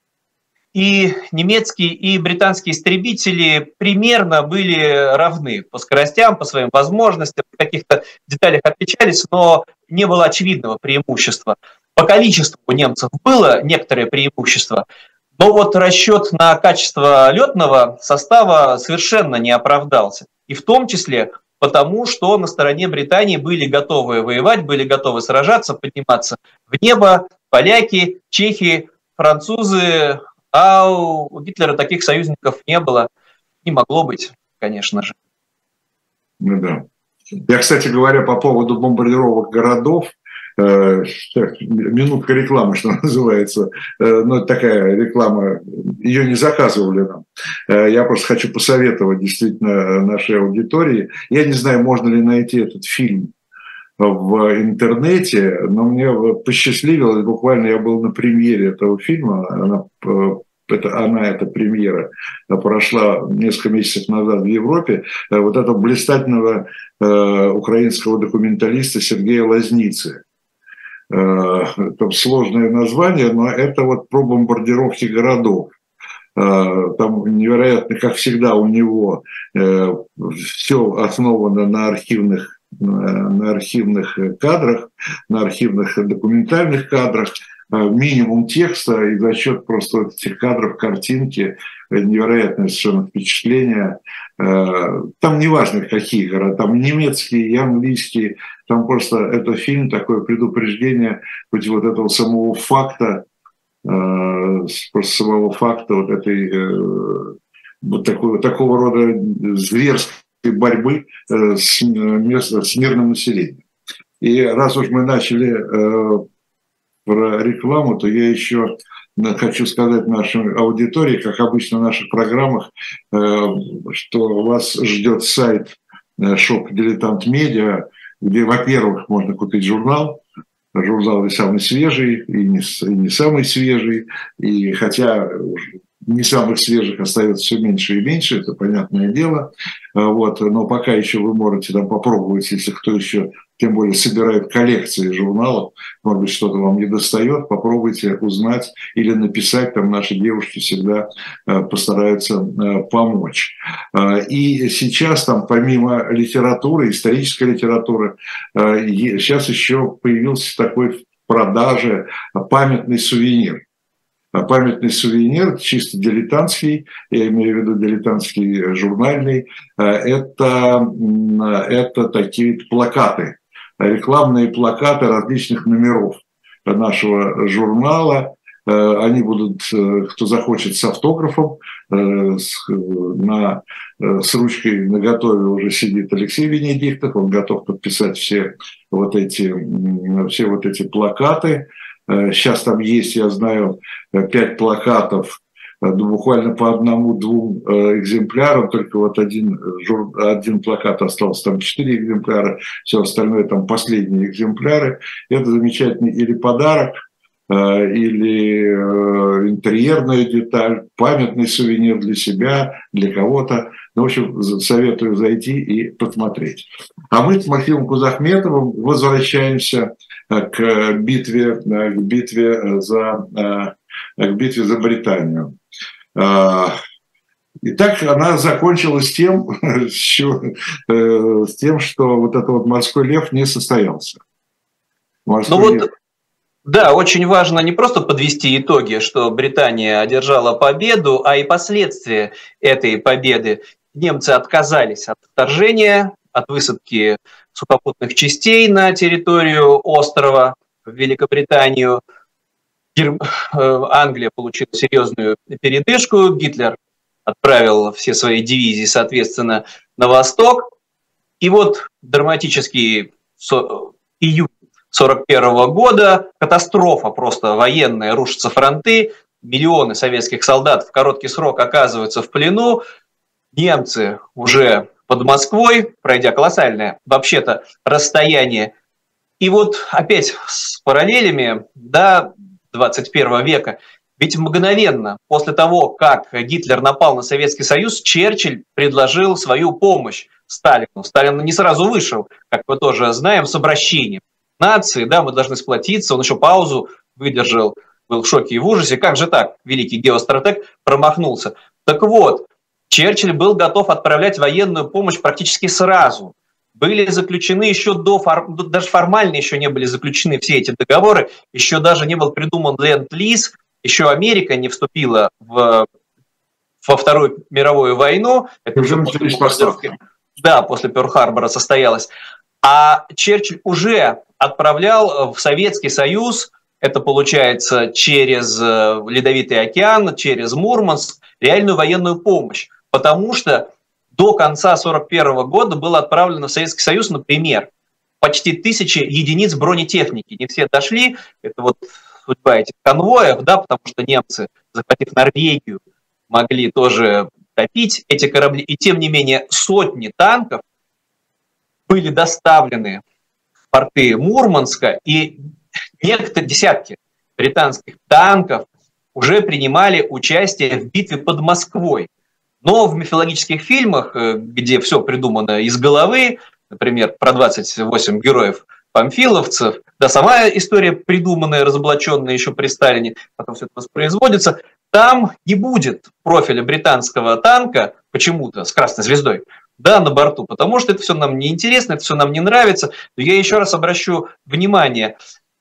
и немецкие, и британские истребители примерно были равны по скоростям, по своим возможностям, в каких-то деталях отличались, но не было очевидного преимущества. по количеству у немцев было некоторое преимущество, но вот расчет на качество летного состава совершенно не оправдался. И в том числе потому, что на стороне Британии были готовы воевать, были готовы сражаться, подниматься в небо поляки, чехи, французы, а у Гитлера таких союзников не было, не могло быть, конечно же.
Ну да. Я, кстати говоря, по поводу бомбардировок городов, э, минутка рекламы, что называется, э, ну, это такая реклама, ее не заказывали нам. Э, я просто хочу посоветовать действительно нашей аудитории. Я не знаю, можно ли найти этот фильм в интернете, но мне посчастливилось, буквально я был на премьере этого фильма, она, это, она эта премьера прошла несколько месяцев назад в Европе, вот этого блистательного э, украинского документалиста Сергея Лазницы. Э, там сложное название, но это вот про бомбардировки городов. Э, там невероятно, как всегда у него, э, все основано на архивных на архивных кадрах, на архивных документальных кадрах, минимум текста, и за счет просто этих кадров, картинки, невероятное совершенно впечатление. Там неважно, какие города, там немецкие и английские, там просто это фильм, такое предупреждение против вот этого самого факта, просто самого факта вот этой, вот такого, такого рода зверской борьбы с, с мирным населением. И раз уж мы начали э, про рекламу, то я еще хочу сказать нашей аудитории, как обычно в наших программах, э, что вас ждет сайт э, шоп Дилетант Медиа, где, во-первых, можно купить журнал, журнал и самый свежий, и не, и не самый свежий, и хотя не самых свежих остается все меньше и меньше, это понятное дело. Вот, но пока еще вы можете там попробовать, если кто еще, тем более, собирает коллекции журналов, может быть, что-то вам не достает, попробуйте узнать или написать, там наши девушки всегда постараются помочь. И сейчас там помимо литературы, исторической литературы, сейчас еще появился такой в продаже памятный сувенир. Памятный сувенир, чисто дилетантский, я имею в виду дилетантский журнальный, это, это такие плакаты, рекламные плакаты различных номеров нашего журнала. Они будут, кто захочет, с автографом, с, на, с ручкой наготове уже сидит Алексей Венедиктов, он готов подписать все вот эти, все вот эти плакаты. Сейчас там есть, я знаю, пять плакатов, буквально по одному-двум экземплярам, только вот один, один плакат остался, там четыре экземпляра, все остальное там последние экземпляры. Это замечательный или подарок, или интерьерная деталь, памятный сувенир для себя, для кого-то. Ну, в общем, советую зайти и посмотреть. А мы с Максимом Кузахметовым возвращаемся к битве, к битве за, к битве за Британию. Итак, она закончилась тем, с тем, что вот этот вот морской лев не состоялся. Морской
ну
лев.
Вот, да, очень важно не просто подвести итоги, что Британия одержала победу, а и последствия этой победы. Немцы отказались от вторжения, от высадки сухопутных частей на территорию острова в Великобританию. Англия получила серьезную передышку, Гитлер отправил все свои дивизии, соответственно, на восток. И вот драматический июнь сорок первого года, катастрофа просто военная, рушатся фронты, миллионы советских солдат в короткий срок оказываются в плену, немцы уже под Москвой, пройдя колоссальное вообще-то расстояние. И вот опять с параллелями до двадцать первого века. Ведь мгновенно после того, как Гитлер напал на Советский Союз, Черчилль предложил свою помощь Сталину. Сталин не сразу вышел, как мы тоже знаем, с обращением. Нации, да, мы должны сплотиться. Он еще паузу выдержал, был в шоке и в ужасе. Как же так? Великий геостратег промахнулся. Так вот, Черчилль был готов отправлять военную помощь практически сразу. были заключены еще до, даже формально еще не были заключены все эти договоры, еще даже не был придуман ленд-лиз, еще Америка не вступила в, во Вторую мировую войну. Это уже после, да, после Пёрл-Харбора состоялось. А Черчилль уже отправлял в Советский Союз, это получается через Ледовитый океан, через Мурманск, реальную военную помощь. Потому что до конца сорок первого года было отправлено в Советский Союз, например, почти тысячи единиц бронетехники. Не все дошли, это вот судьба этих конвоев, да, потому что немцы, захватив Норвегию, могли тоже топить эти корабли. И тем не менее сотни танков были доставлены в порты Мурманска, и некоторые десятки британских танков уже принимали участие в битве под Москвой. Но в мифологических фильмах, где все придумано из головы, например, про двадцать восемь героев-памфиловцев, да, сама история придуманная, разоблаченная еще при Сталине, потом все это воспроизводится, там не будет профиля британского танка почему-то с красной звездой, да, на борту, потому что это все нам не интересно, это все нам не нравится. Но я еще раз обращу внимание,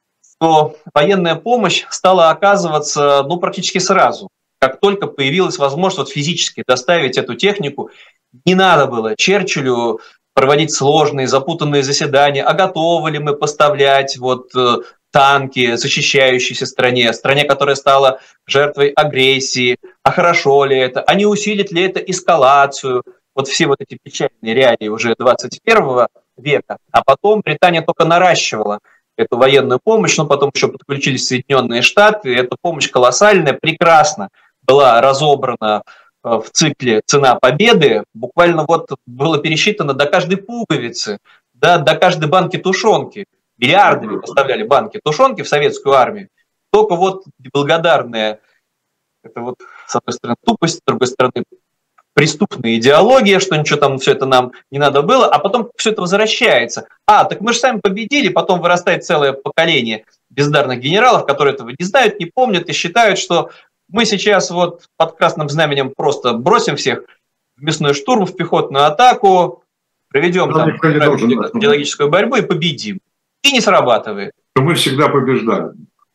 что военная помощь стала оказываться, ну, практически сразу. Как только появилась возможность вот физически доставить эту технику, не надо было Черчиллю проводить сложные, запутанные заседания, а готовы ли мы поставлять вот танки защищающейся стране, стране, которая стала жертвой агрессии, а хорошо ли это, а не усилит ли это эскалацию, вот все вот эти печальные реалии уже двадцать первого века, а потом Британия только наращивала эту военную помощь, но потом еще подключились Соединенные Штаты, и эта помощь колоссальная, прекрасно была разобрана в цикле «Цена победы», буквально вот было пересчитано до каждой пуговицы, да, до каждой банки тушенки. Миллиардами поставляли банки тушенки в советскую армию. Только вот благодарная, это вот с одной стороны тупость, с другой стороны преступная идеология, что ничего там, все это нам не надо было, а потом все это возвращается. А, так мы же сами победили, потом вырастает целое поколение бездарных генералов, которые этого не знают, не помнят и считают, что мы сейчас вот под красным знаменем просто бросим всех в мясной штурм, в пехотную атаку, проведем там идеологическую борьбу и победим. И не срабатывает.
Мы всегда побеждали.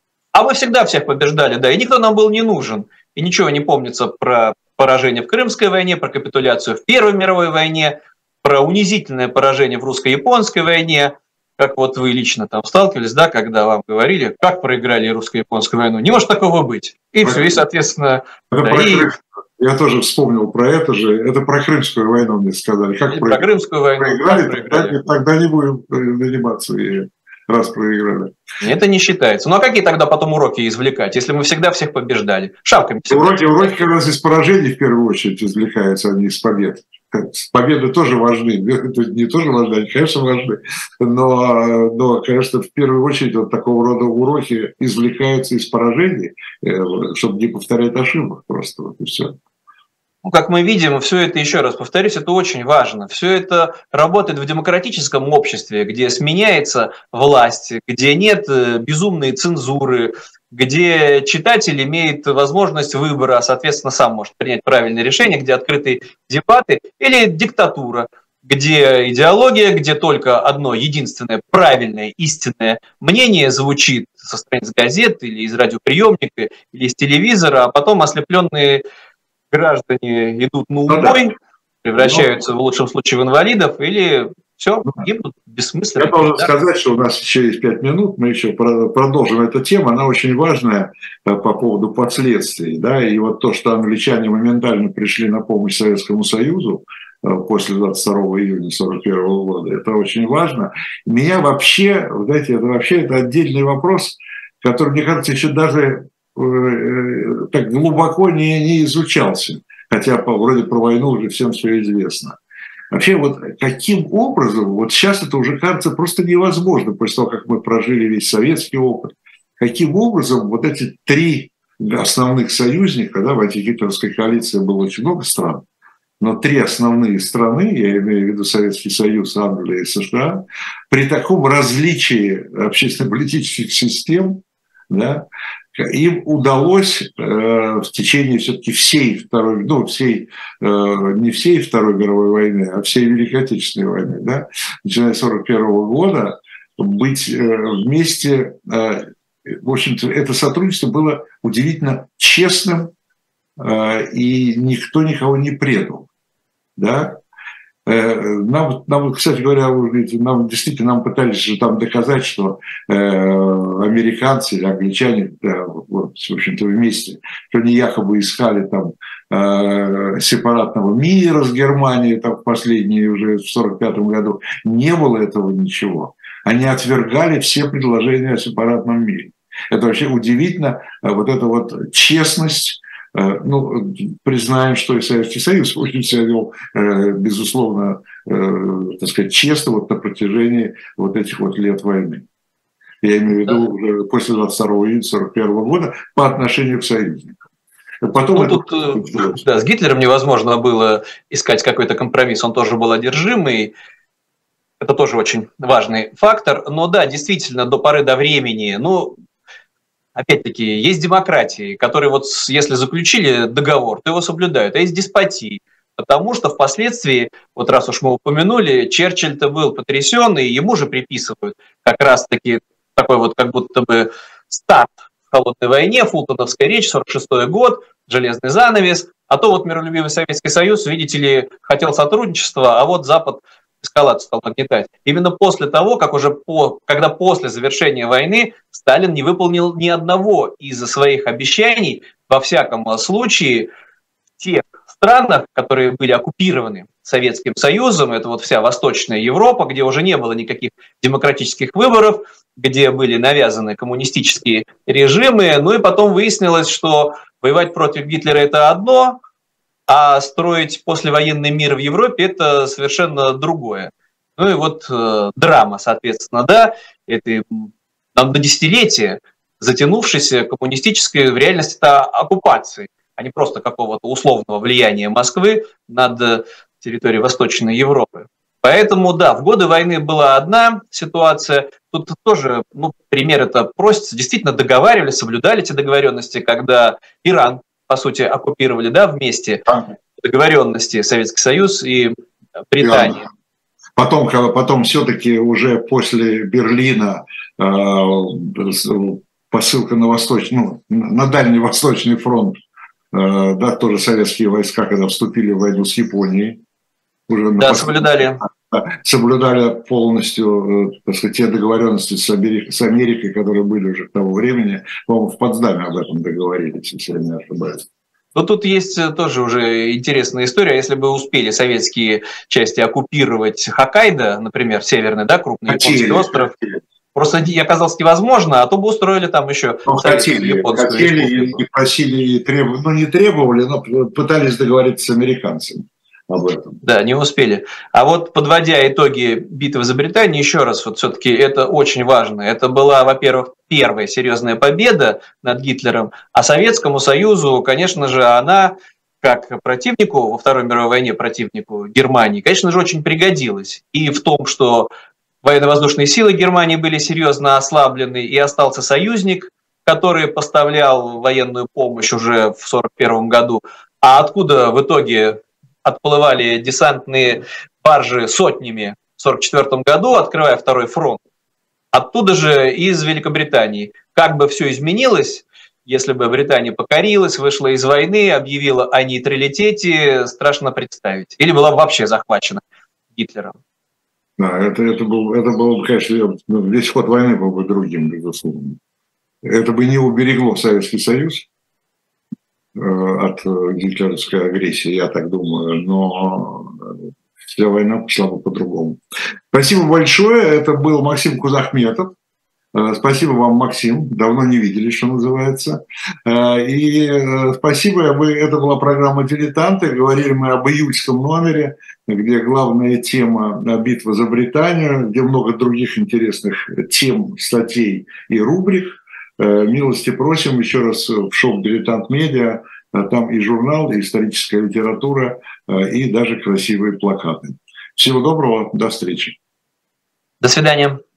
А мы всегда всех побеждали, да, и никто нам был не нужен. И ничего не помнится про поражение в Крымской войне, про капитуляцию в Первой мировой войне, про унизительное поражение в русско-японской войне. Как вот вы лично там сталкивались, да, когда вам говорили, как проиграли русско-японскую войну. Не может такого быть. И все, и, соответственно... Да, и...
Я тоже вспомнил про это же. Это про Крымскую войну мне сказали. Как
про Крымскую войну.
Проиграли, проиграли. Тогда, тогда не будем заниматься, и раз проиграли.
Это не считается. Ну а какие тогда потом уроки извлекать, если мы всегда всех побеждали? Шапками всегда.
Уроки, уроки как раз из поражений в первую очередь извлекаются, а не из побед. Победы тоже важны, не тоже важны, они, конечно, важны, но, но, конечно, в первую очередь вот такого рода уроки извлекаются из поражений, чтобы не повторять ошибок просто, вот и все.
Ну, как мы видим, все это, еще раз повторюсь, это очень важно. Все это работает в демократическом обществе, где сменяется власть, где нет безумной цензуры, где читатель имеет возможность выбора, соответственно, сам может принять правильное решение, где открытые дебаты, или диктатура, где идеология, где только одно единственное правильное, истинное мнение звучит со страниц газет или из радиоприемника, или из телевизора, а потом ослепленные граждане идут на убой, превращаются в лучшем случае в инвалидов или все, гибнут бессмысленно.
Я должен сказать, что у нас еще есть пять минут, мы еще продолжим эту тему, она очень важная по поводу последствий. Да? И вот то, что англичане моментально пришли на помощь Советскому Союзу после двадцать второго июня сорок первого года, это очень важно. Меня вообще, знаете, это вообще это отдельный вопрос, который, мне кажется, еще даже так глубоко не, не изучался, хотя по, вроде про войну уже всем все известно. Вообще вот каким образом, вот сейчас это уже кажется просто невозможно, после того, как мы прожили весь советский опыт, каким образом вот эти три основных союзника, да, в антигитлеровской коалиции было очень много стран, но три основные страны, я имею в виду Советский Союз, Англия и США, при таком различии общественно-политических систем, да, им удалось э, в течение все-таки всей второй, ну, всей, э, не всей Второй мировой войны, а всей Великой Отечественной войны, да, начиная с сорок первого года, быть э, вместе. Э, в общем-то, это сотрудничество было удивительно честным, э, и никто никого не предал, да. Нам, нам, кстати говоря, нам действительно нам пытались же там доказать, что э, американцы или англичане, да, вот, в общем-то, вместе, что они якобы искали там э, сепаратного мира с Германией там, в последние уже в сорок пятом году. Не было этого ничего. Они отвергали все предложения о сепаратном мире. Это вообще удивительно, вот эта вот честность. Ну, признаем, что и Советский Союз очень себя вел, безусловно, так сказать, честно вот на протяжении вот этих вот лет войны. Я имею в виду уже после двадцать второго июня сорок первого года по отношению к союзникам. Потом
ну,
это...
тут, да, с Гитлером невозможно было искать какой-то компромисс, он тоже был одержимый. Это тоже очень важный фактор. Но да, действительно, до поры до времени, ну, опять-таки, есть демократии, которые вот если заключили договор, то его соблюдают, а есть деспотии. Потому что впоследствии, вот раз уж мы упомянули, Черчилль-то был потрясен, и ему же приписывают как раз-таки такой вот как будто бы старт в холодной войне, фултоновская речь, сорок шестой год, железный занавес, а то вот миролюбивый Советский Союз, видите ли, хотел сотрудничества, а вот Запад эскалацию стал нагнетать. Именно после того, как уже по, когда после завершения войны Сталин не выполнил ни одного из своих обещаний, во всяком случае, в тех странах, которые были оккупированы Советским Союзом, это вот вся Восточная Европа, где уже не было никаких демократических выборов, где были навязаны коммунистические режимы, ну и потом выяснилось, что воевать против Гитлера – это одно, а строить послевоенный мир в Европе – это совершенно другое. Ну и вот э, драма, соответственно, да, это нам на десятилетия затянувшейся коммунистической в реальности это оккупации, а не просто какого-то условного влияния Москвы над территорией Восточной Европы. Поэтому, да, в годы войны была одна ситуация, тут тоже, ну, пример это простится, действительно договаривались, соблюдали эти договоренности, когда Иран, по сути, оккупировали, да, вместе договоренности Советский Союз и Британия.
Потом, потом все-таки уже после Берлина э, посылка на восточный, ну, на Дальний Восточный фронт, э, да, тоже советские войска, когда вступили в войну с Японией, уже
да, на соблюдали.
Соблюдали полностью, так сказать, те договоренности с Америкой, с Америкой, которые были уже к тому времени. По-моему, в Потсдаме об этом договорились, если я не ошибаюсь.
Но тут есть тоже уже интересная история. Если бы успели советские части оккупировать Хоккайдо, например, северный, да, крупный хотели, японский остров, хотели. Просто оказалось невозможно, а то бы устроили там еще
ну, хотели, хотели и просили, и требовали, ну не требовали, но пытались договориться с американцами. Об этом.
Да, не успели. А вот подводя итоги битвы за Британию, еще раз, вот все-таки это очень важно. Это была, во-первых, первая серьезная победа над Гитлером, а Советскому Союзу, конечно же, она, как противнику, во Второй мировой войне противнику Германии, конечно же, очень пригодилась. И в том, что военно-воздушные силы Германии были серьезно ослаблены, и остался союзник, который поставлял военную помощь уже в сорок первом году. А откуда в итоге отплывали десантные баржи сотнями в сорок четвёртом году, открывая второй фронт. Оттуда же из Великобритании. Как бы все изменилось, если бы Британия покорилась, вышла из войны, объявила о нейтралитете, страшно представить. Или была бы вообще захвачена Гитлером.
Да, это, это, был, это был бы, конечно, весь ход войны был бы другим, безусловно. Это бы не уберегло Советский Союз от гитлеровской агрессии, я так думаю, но вся война пошла бы по-другому. Спасибо большое, это был Максим Кузахметов. Спасибо вам, Максим, давно не виделись, что называется. И спасибо, это была программа «Дилетанты», говорили мы об июльском номере, где главная тема битва за Британию, где много других интересных тем, статей и рубрик. Милости просим еще раз в шоу «Дилетант Медиа». Там и журнал, и историческая литература, и даже красивые плакаты. Всего доброго, до встречи.
До свидания.